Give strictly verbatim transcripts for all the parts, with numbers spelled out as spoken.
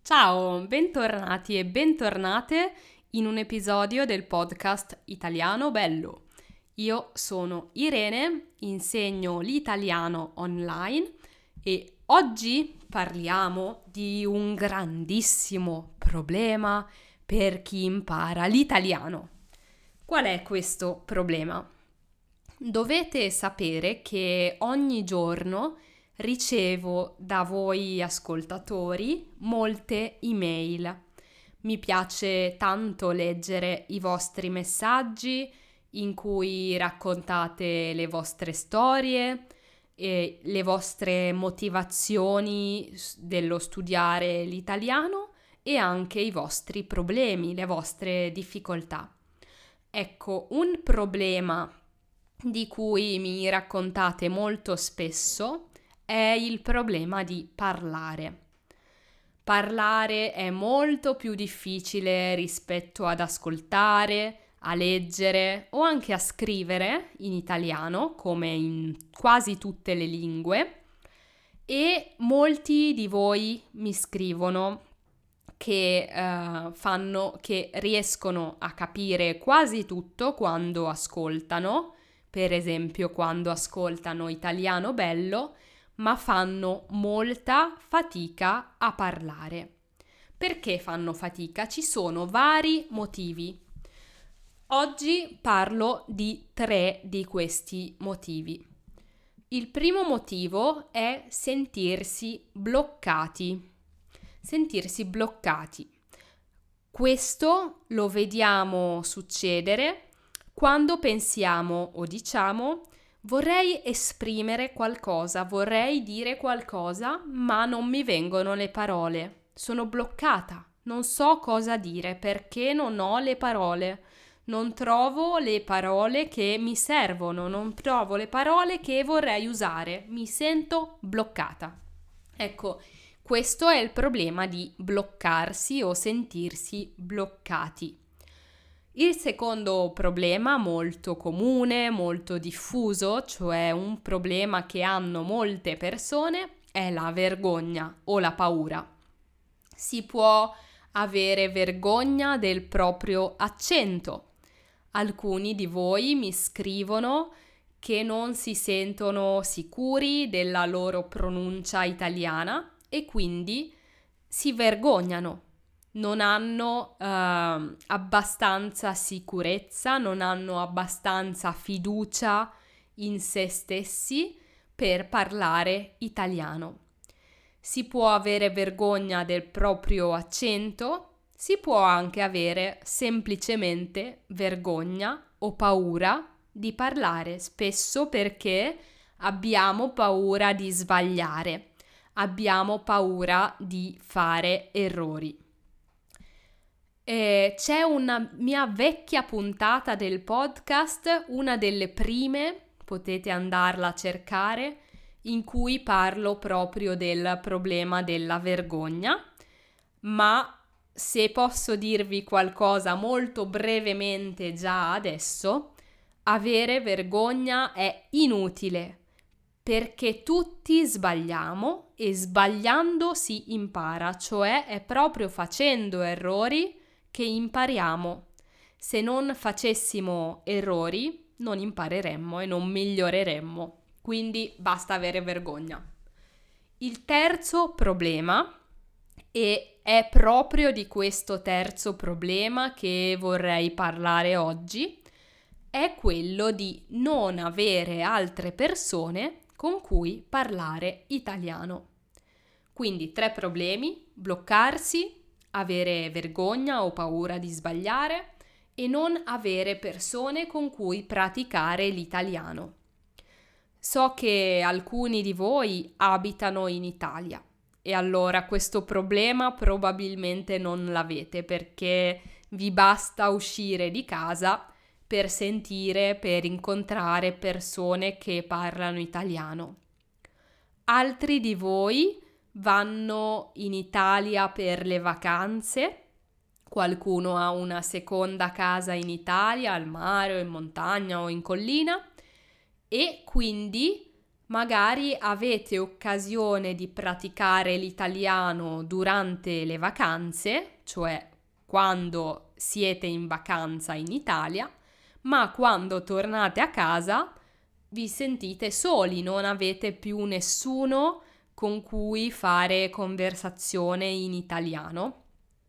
Ciao, bentornati e bentornate in un episodio del podcast Italiano Bello. Io sono Irene, insegno l'italiano online e oggi parliamo di un grandissimo problema per chi impara l'italiano. Qual è questo problema? Dovete sapere che ogni giorno ricevo da voi ascoltatori molte email. Mi piace tanto leggere i vostri messaggi in cui raccontate le vostre storie e le vostre motivazioni dello studiare l'italiano e anche i vostri problemi, le vostre difficoltà. Ecco, un problema di cui mi raccontate molto spesso è il problema di parlare. Parlare è molto più difficile rispetto ad ascoltare, a leggere o anche a scrivere in italiano, come in quasi tutte le lingue, e molti di voi mi scrivono che uh, fanno, che riescono a capire quasi tutto quando ascoltano, per esempio quando ascoltano Italiano Bello, ma fanno molta fatica a parlare. Perché fanno fatica? Ci sono vari motivi. Oggi parlo di tre di questi motivi. Il primo motivo è sentirsi bloccati. Sentirsi bloccati. Questo lo vediamo succedere quando pensiamo o diciamo vorrei esprimere qualcosa, vorrei dire qualcosa, ma non mi vengono le parole. Sono bloccata, non so cosa dire perché non ho le parole. Non trovo le parole che mi servono, non trovo le parole che vorrei usare. Mi sento bloccata. Ecco, questo è il problema di bloccarsi o sentirsi bloccati. Il secondo problema molto comune, molto diffuso, cioè un problema che hanno molte persone, è la vergogna o la paura. Si può avere vergogna del proprio accento. Alcuni di voi mi scrivono che non si sentono sicuri della loro pronuncia italiana e quindi si vergognano. Non hanno eh, abbastanza sicurezza, non hanno abbastanza fiducia in se stessi per parlare italiano. Si può avere vergogna del proprio accento, si può anche avere semplicemente vergogna o paura di parlare, spesso perché abbiamo paura di sbagliare, abbiamo paura di fare errori. Eh, c'è una mia vecchia puntata del podcast, una delle prime, potete andarla a cercare, in cui parlo proprio del problema della vergogna, ma se posso dirvi qualcosa molto brevemente già adesso, avere vergogna è inutile, perché tutti sbagliamo e sbagliando si impara, cioè è proprio facendo errori che impariamo. Se non facessimo errori, non impareremmo e non miglioreremmo. Quindi basta avere vergogna. Il terzo problema, e è proprio di questo terzo problema che vorrei parlare oggi, è quello di non avere altre persone con cui parlare italiano. Quindi tre problemi: bloccarsi, avere vergogna o paura di sbagliare e non avere persone con cui praticare l'italiano. So che alcuni di voi abitano in Italia e allora questo problema probabilmente non l'avete perché vi basta uscire di casa per sentire, per incontrare persone che parlano italiano. Altri di voi vanno in Italia per le vacanze, qualcuno ha una seconda casa in Italia, al mare o in montagna o in collina, e quindi Magari avete occasione di praticare l'italiano durante le vacanze, cioè quando siete in vacanza in Italia, ma quando tornate a casa vi sentite soli, non avete più nessuno con cui fare conversazione in italiano.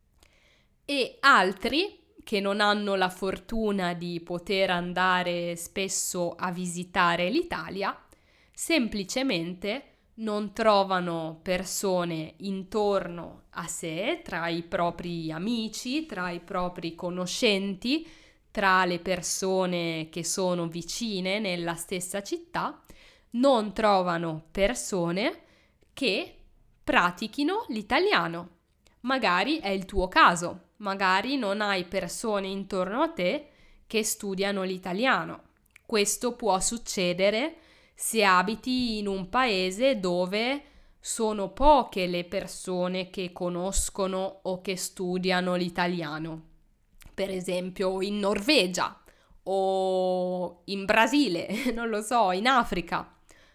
E altri che non hanno la fortuna di poter andare spesso a visitare l'Italia, semplicemente non trovano persone intorno a sé, tra i propri amici, tra i propri conoscenti, tra le persone che sono vicine nella stessa città, non trovano persone che pratichino l'italiano. Magari è il tuo caso, magari non hai persone intorno a te che studiano l'italiano. Questo può succedere se abiti in un paese dove sono poche le persone che conoscono o che studiano l'italiano. Per esempio in Norvegia o in Brasile, non lo so, in Africa.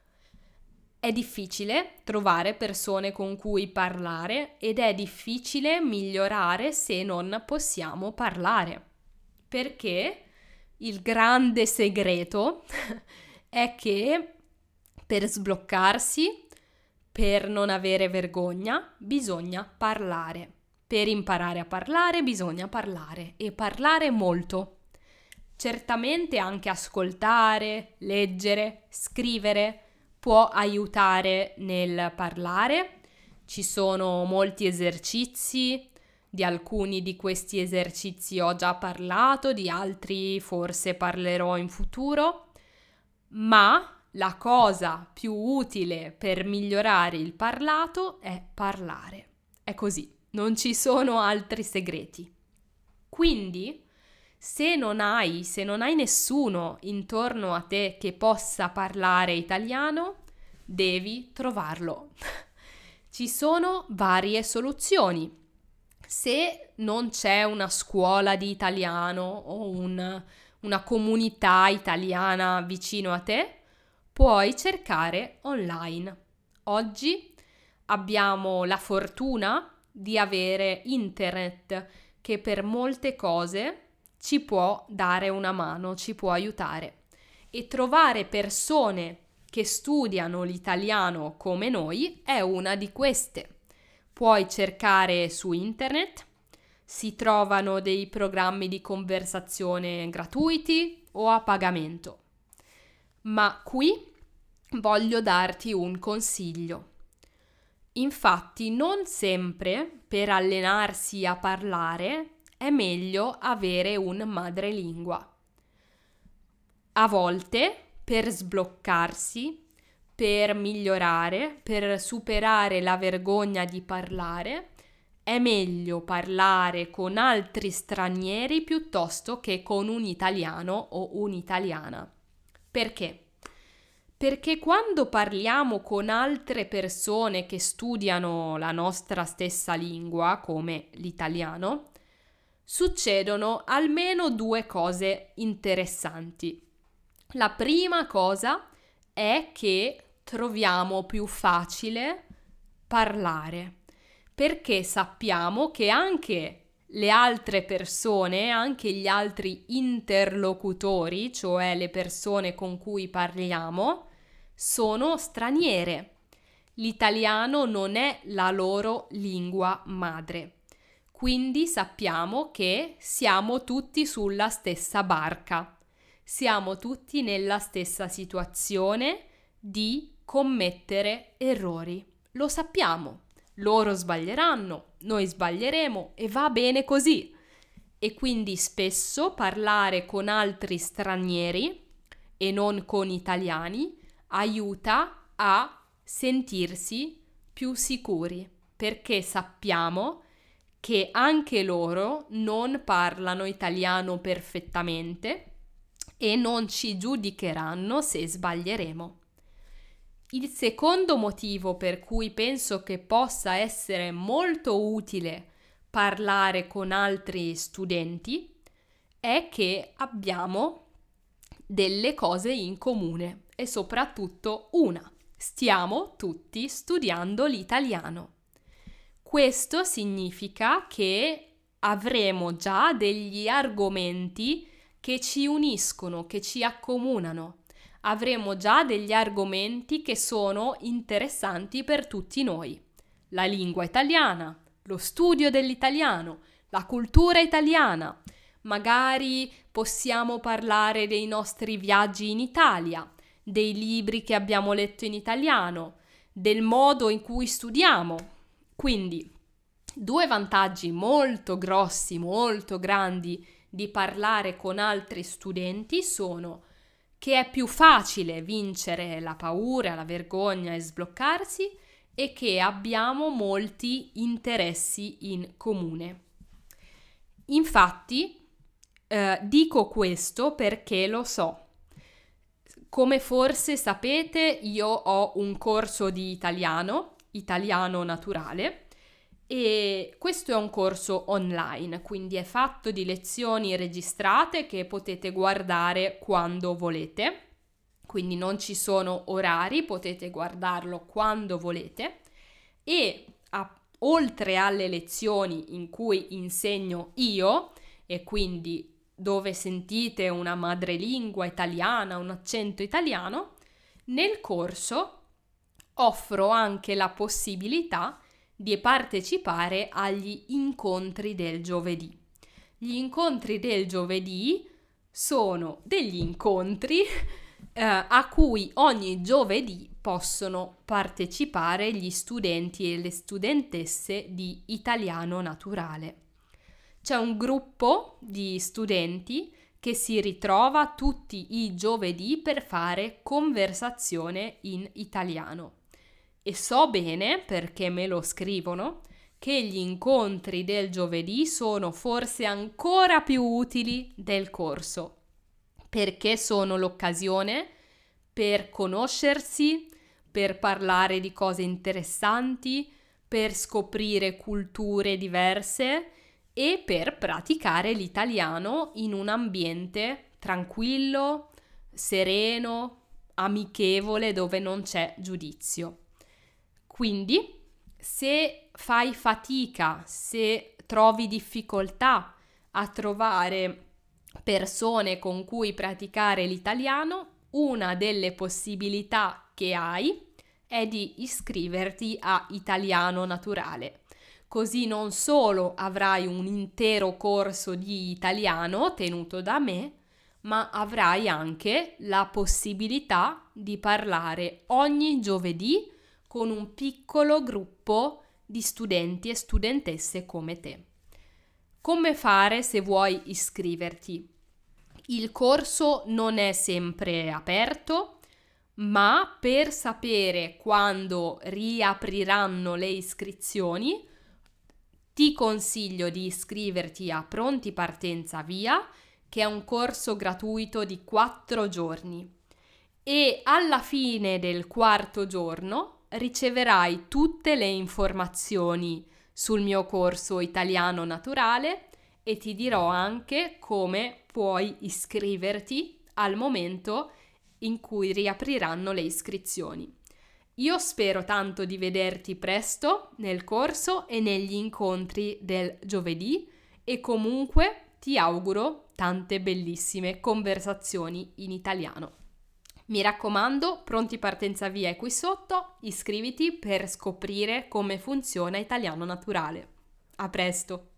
È difficile trovare persone con cui parlare ed è difficile migliorare se non possiamo parlare. Perché il grande segreto è che per sbloccarsi, per non avere vergogna, bisogna parlare. Per imparare a parlare bisogna parlare e parlare molto. Certamente anche ascoltare, leggere, scrivere può aiutare nel parlare. Ci sono molti esercizi, di alcuni di questi esercizi ho già parlato, di altri forse parlerò in futuro, ma la cosa più utile per migliorare il parlato è parlare. È così, non ci sono altri segreti. Quindi, se non hai, se non hai nessuno intorno a te che possa parlare italiano, devi trovarlo. Ci sono varie soluzioni. Se non c'è una scuola di italiano o un, una comunità italiana vicino a te, puoi cercare online. Oggi abbiamo la fortuna di avere internet che per molte cose ci può dare una mano, ci può aiutare. E trovare persone che studiano l'italiano come noi è una di queste. Puoi cercare su internet, si trovano dei programmi di conversazione gratuiti o a pagamento. Ma qui voglio darti un consiglio. Infatti, non sempre per allenarsi a parlare è meglio avere un madrelingua. A volte, per sbloccarsi, per migliorare, per superare la vergogna di parlare, è meglio parlare con altri stranieri piuttosto che con un italiano o un'italiana. Perché? Perché quando parliamo con altre persone che studiano la nostra stessa lingua, come l'italiano, succedono almeno due cose interessanti. La prima cosa è che troviamo più facile parlare, perché sappiamo che anche le altre persone, anche gli altri interlocutori, cioè le persone con cui parliamo, sono straniere. L'italiano non è la loro lingua madre. Quindi sappiamo che siamo tutti sulla stessa barca, siamo tutti nella stessa situazione di commettere errori. Lo sappiamo, loro sbaglieranno, noi sbaglieremo e va bene così. E quindi spesso parlare con altri stranieri e non con italiani aiuta a sentirsi più sicuri, perché sappiamo che anche loro non parlano italiano perfettamente e non ci giudicheranno se sbaglieremo. Il secondo motivo per cui penso che possa essere molto utile parlare con altri studenti è che abbiamo delle cose in comune e soprattutto una. Stiamo tutti studiando l'italiano. Questo significa che avremo già degli argomenti che ci uniscono, che ci accomunano. Avremo già degli argomenti che sono interessanti per tutti noi. La lingua italiana, lo studio dell'italiano, la cultura italiana. Magari possiamo parlare dei nostri viaggi in Italia, dei libri che abbiamo letto in italiano, del modo in cui studiamo. Quindi, due vantaggi molto grossi, molto grandi di parlare con altri studenti sono che è più facile vincere la paura, la vergogna e sbloccarsi e che abbiamo molti interessi in comune. Infatti, eh, dico questo perché lo so. Come forse sapete, io ho un corso di italiano, italiano naturale, e questo è un corso online, quindi è fatto di lezioni registrate che potete guardare quando volete, quindi non ci sono orari, potete guardarlo quando volete e a, oltre alle lezioni in cui insegno io e quindi dove sentite una madrelingua italiana, un accento italiano, nel corso offro anche la possibilità di partecipare agli incontri del giovedì. Gli incontri del giovedì sono degli incontri eh, a cui ogni giovedì possono partecipare gli studenti e le studentesse di italiano naturale. C'è un gruppo di studenti che si ritrova tutti i giovedì per fare conversazione in italiano. E so bene, perché me lo scrivono, che gli incontri del giovedì sono forse ancora più utili del corso, perché sono l'occasione per conoscersi, per parlare di cose interessanti, per scoprire culture diverse e per praticare l'italiano in un ambiente tranquillo, sereno, amichevole, dove non c'è giudizio. Quindi, se fai fatica, se trovi difficoltà a trovare persone con cui praticare l'italiano, una delle possibilità che hai è di iscriverti a Italiano Naturale. Così non solo avrai un intero corso di italiano tenuto da me, ma avrai anche la possibilità di parlare ogni giovedì con un piccolo gruppo di studenti e studentesse come te. Come fare se vuoi iscriverti? Il corso non è sempre aperto, ma per sapere quando riapriranno le iscrizioni, ti consiglio di iscriverti a Pronti Partenza Via, che è un corso gratuito di quattro giorni. E alla fine del quarto giorno riceverai tutte le informazioni sul mio corso Italiano Naturale e ti dirò anche come puoi iscriverti al momento in cui riapriranno le iscrizioni. Io spero tanto di vederti presto nel corso e negli incontri del giovedì e comunque ti auguro tante bellissime conversazioni in italiano. Mi raccomando, Pronti Partenza Via è qui sotto, iscriviti per scoprire come funziona Italiano Naturale. A presto!